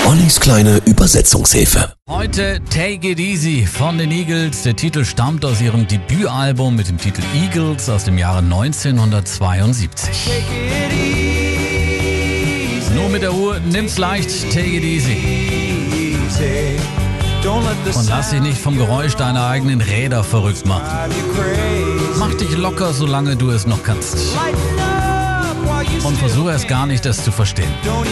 Ollis kleine Übersetzungshilfe. Heute Take It Easy von den Eagles. Der Titel stammt aus ihrem Debütalbum mit dem Titel Eagles aus dem Jahre 1972. Nur mit der Ruhe, nimm's leicht, take it easy. Und lass dich nicht vom Geräusch deiner eigenen Räder verrückt machen. Mach dich locker, solange du es noch kannst. Und versuche erst gar nicht, das zu verstehen.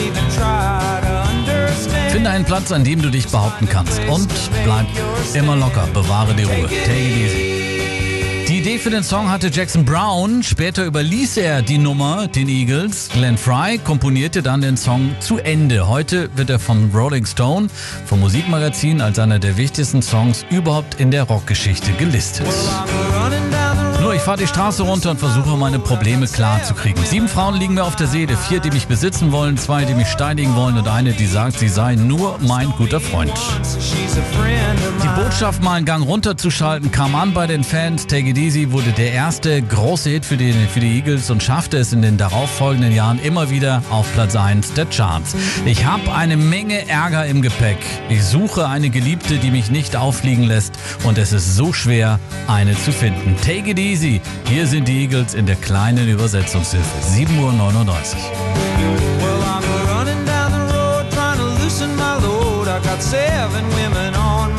Finde einen Platz, an dem du dich behaupten kannst. Und bleib immer locker, bewahre die Ruhe. Take it easy. Die Idee für den Song hatte Jackson Browne. Später überließ er die Nummer den Eagles. Glenn Frey komponierte dann den Song zu Ende. Heute wird er von Rolling Stone, vom Musikmagazin, als einer der wichtigsten Songs überhaupt in der Rockgeschichte gelistet. Nur, ich fahre die Straße runter und versuche, meine Probleme klar zu kriegen. 7 Frauen liegen mir auf der Seele, 4, die mich besitzen wollen, 2, die mich steinigen wollen und eine, die sagt, sie sei nur mein guter Freund. Die Botschaft, mal einen Gang runterzuschalten, kam an bei den Fans. Take It Easy wurde der erste große Hit für die Eagles und schaffte es in den darauffolgenden Jahren immer wieder auf Platz 1 der Charts. Ich habe eine Menge Ärger im Gepäck. Ich suche eine Geliebte, die mich nicht auffliegen lässt und es ist so schwer, eine zu finden. Take It Easy. Hier sind die Eagles in der kleinen Übersetzungshilfe. 7:39 Uhr. Well, I'm running down the road trying to loosen my load. I got 7 women on